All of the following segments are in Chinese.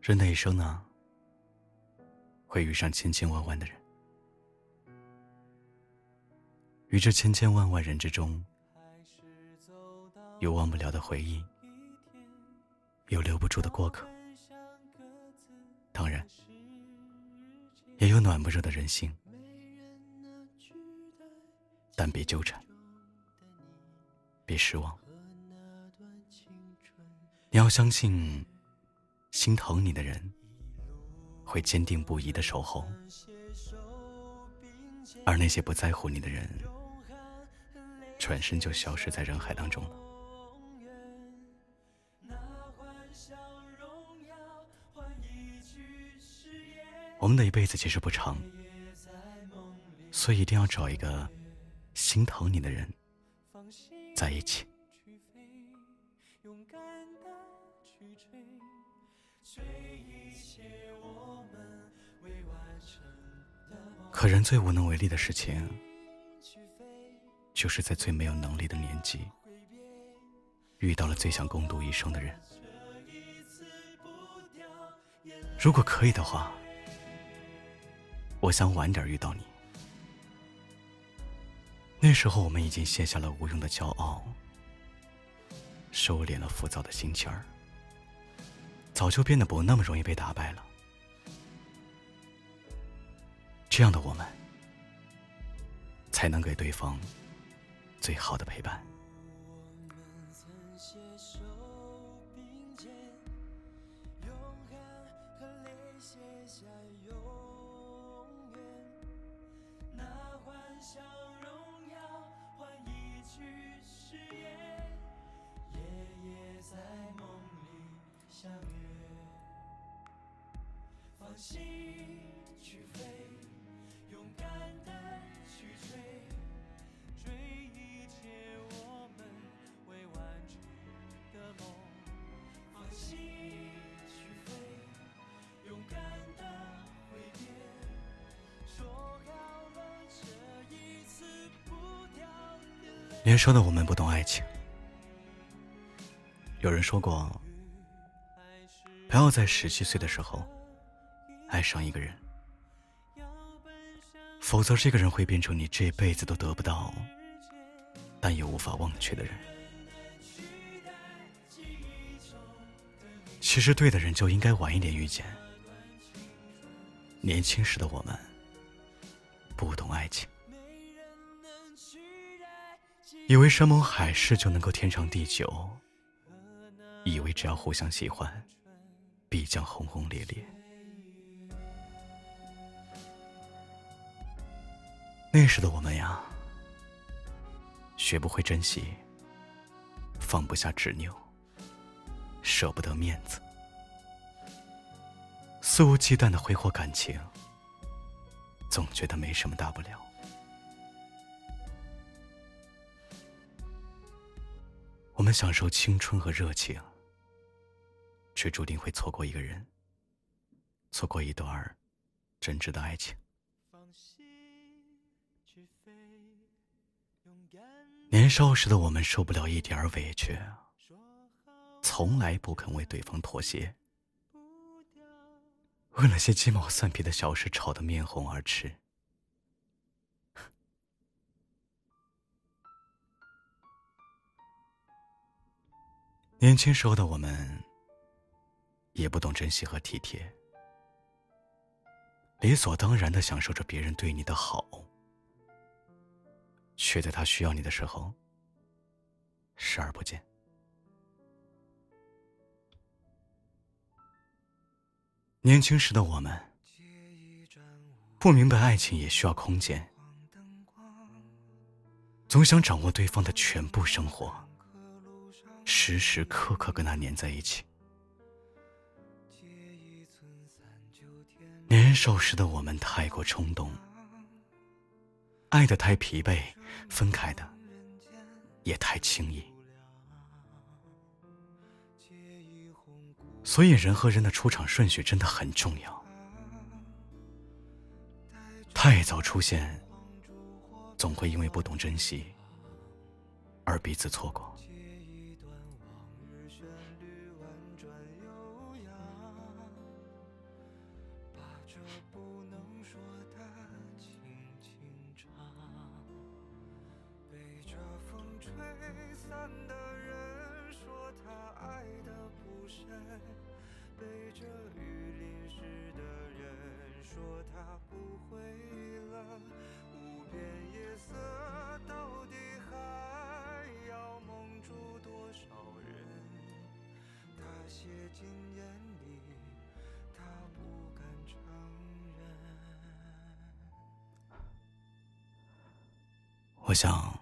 人的一生呢，会遇上千千万万的人，于这千千万万人之中，有忘不了的回忆，有留不住的过客，当然也有暖不热的人心。但别纠缠，别失望，你要相信心疼你的人会坚定不移地守候，而那些不在乎你的人转身就消失在人海当中了。我们的一辈子其实不长，所以一定要找一个心疼你的人在一起。可人最无能为力的事情，就是在最没有能力的年纪，遇到了最想共度一生的人。如果可以的话，我想晚点遇到你。那时候我们已经卸下了无用的骄傲，收敛了浮躁的心情儿，早就变得不那么容易被打败了。这样的我们，才能给对方最好的陪伴。 放心去飞，勇敢地去追，追一切我们未完成的梦。放心去飞，勇敢地挥别，说好了这一次不掉眼泪。 年少的我们不懂爱情，有人说过，不要在17岁的时候爱上一个人，否则这个人会变成你这辈子都得不到但又无法忘却的人。其实对的人就应该晚一点遇见。年轻时的我们不懂爱情，以为山盟海誓就能够天长地久，以为只要互相喜欢必将轰轰烈烈。那时的我们呀，学不会珍惜，放不下执拗，舍不得面子，肆无忌惮的挥霍感情，总觉得没什么大不了。我们享受青春和热情，却注定会错过一个人，错过一段真挚的爱情。年少时的我们受不了一点委屈，从来不肯为对方妥协，为了些鸡毛蒜皮的小事吵得面红耳赤。年轻时候的我们也不懂珍惜和体贴，理所当然地享受着别人对你的好，却在他需要你的时候视而不见。年轻时的我们不明白爱情也需要空间，总想掌握对方的全部生活，时时刻刻跟他黏在一起。年少时的我们太过冲动，爱得太疲惫，分开的也太轻易。所以人和人的出场顺序真的很重要，太早出现，总会因为不懂珍惜而彼此错过。 的人说他爱的不深，背着雨淋湿的人说他不会冷。无边夜色到底还要蒙住多少人？他写进眼里，他不敢承认。 我想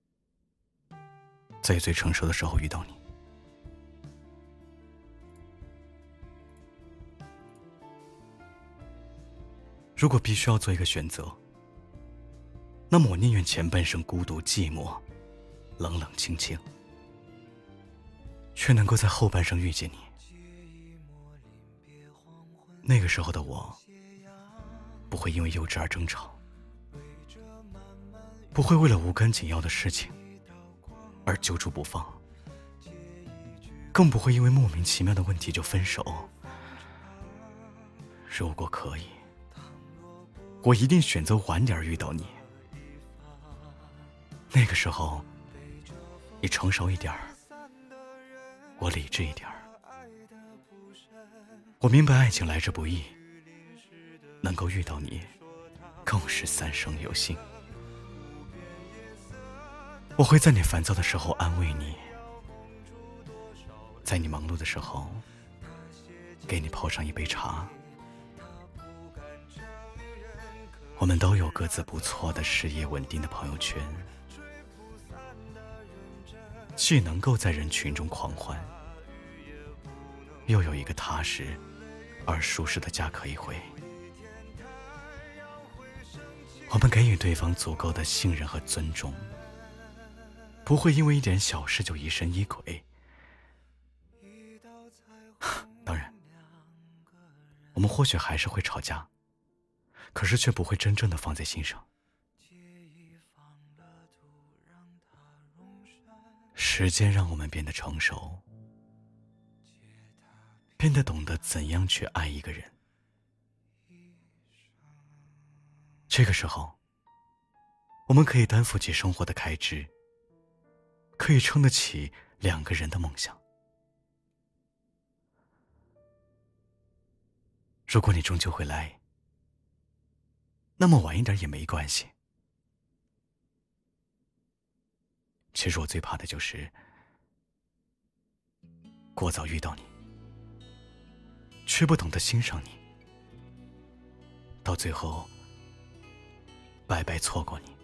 在最成熟的时候遇到你。如果必须要做一个选择，那么我宁愿前半生孤独寂寞冷冷清清，却能够在后半生遇见你。那个时候的我不会因为幼稚而争吵，不会为了无关紧要的事情而揪住不放，更不会因为莫名其妙的问题就分手。如果可以，我一定选择晚点遇到你。那个时候你成熟一点儿，我理智一点儿，我明白爱情来之不易，能够遇到你更是三生有幸。我会在你烦躁的时候安慰你，在你忙碌的时候给你泡上一杯茶。我们都有各自不错的事业稳定的朋友圈，既能够在人群中狂欢，又有一个踏实而舒适的家可以回。我们给予对方足够的信任和尊重，不会因为一点小事就疑神疑鬼。当然，我们或许还是会吵架，可是却不会真正的放在心上。时间让我们变得成熟，变得懂得怎样去爱一个人。这个时候，我们可以担负起生活的开支，可以撑得起两个人的梦想。如果你终究会来，那么晚一点也没关系。其实我最怕的就是过早遇到你，却不懂得欣赏你，到最后白白错过你。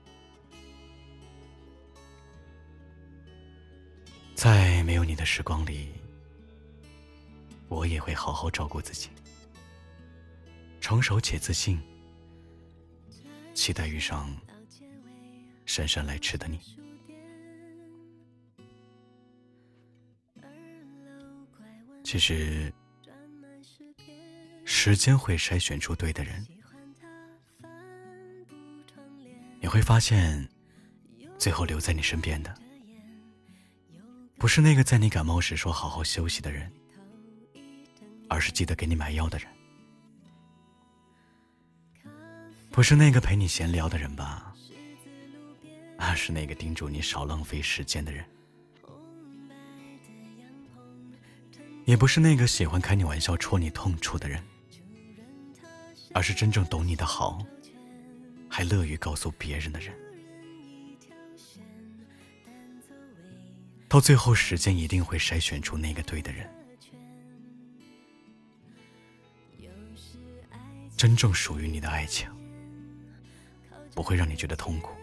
在没有你的时光里，我也会好好照顾自己，成熟且自信，期待遇上姗姗来迟的你。其实时间会筛选出对的人，你会发现最后留在你身边的不是那个在你感冒时说好好休息的人，而是记得给你买药的人。不是那个陪你闲聊的人吧，而是那个叮嘱你少浪费时间的人。也不是那个喜欢开你玩笑戳你痛处的人，而是真正懂你的好还乐于告诉别人的人。到最后，时间一定会筛选出那个对的人，真正属于你的爱情不会让你觉得痛苦，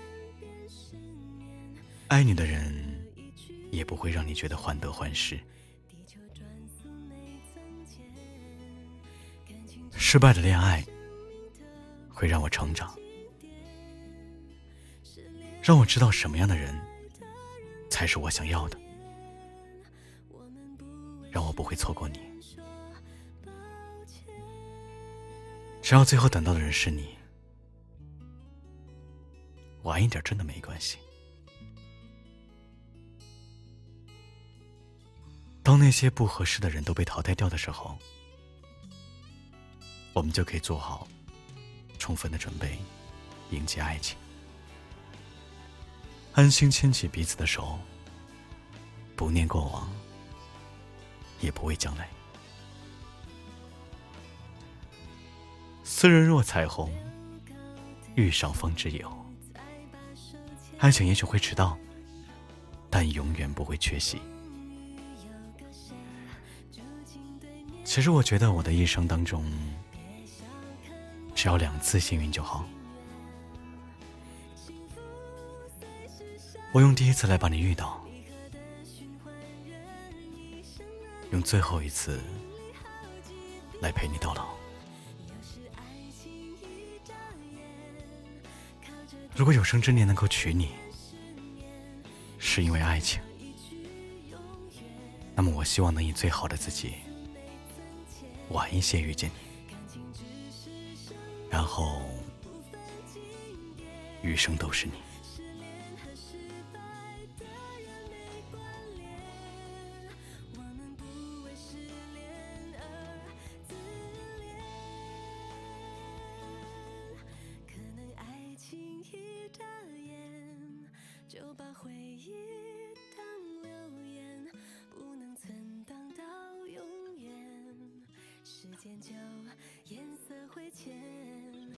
爱你的人也不会让你觉得患得患失。失败的恋爱会让我成长，让我知道什么样的人才是我想要的，让我不会错过你。只要最后等到的人是你，晚一点真的没关系。当那些不合适的人都被淘汰掉的时候，我们就可以做好充分的准备，迎接爱情，安心牵起彼此的手， 不念过往，也不畏将来。斯人若彩虹，遇上风之友。爱情也许会迟到，但永远不会缺席。其实我觉得我的一生当中，只要2次幸运就好。我用第1次来把你遇到，用最后1次来陪你到老。如果有生之年能够娶你，是因为爱情，那么我希望能以最好的自己晚一些遇见你，然后余生都是你。 就把回忆当留言，不能存档到永远，时间就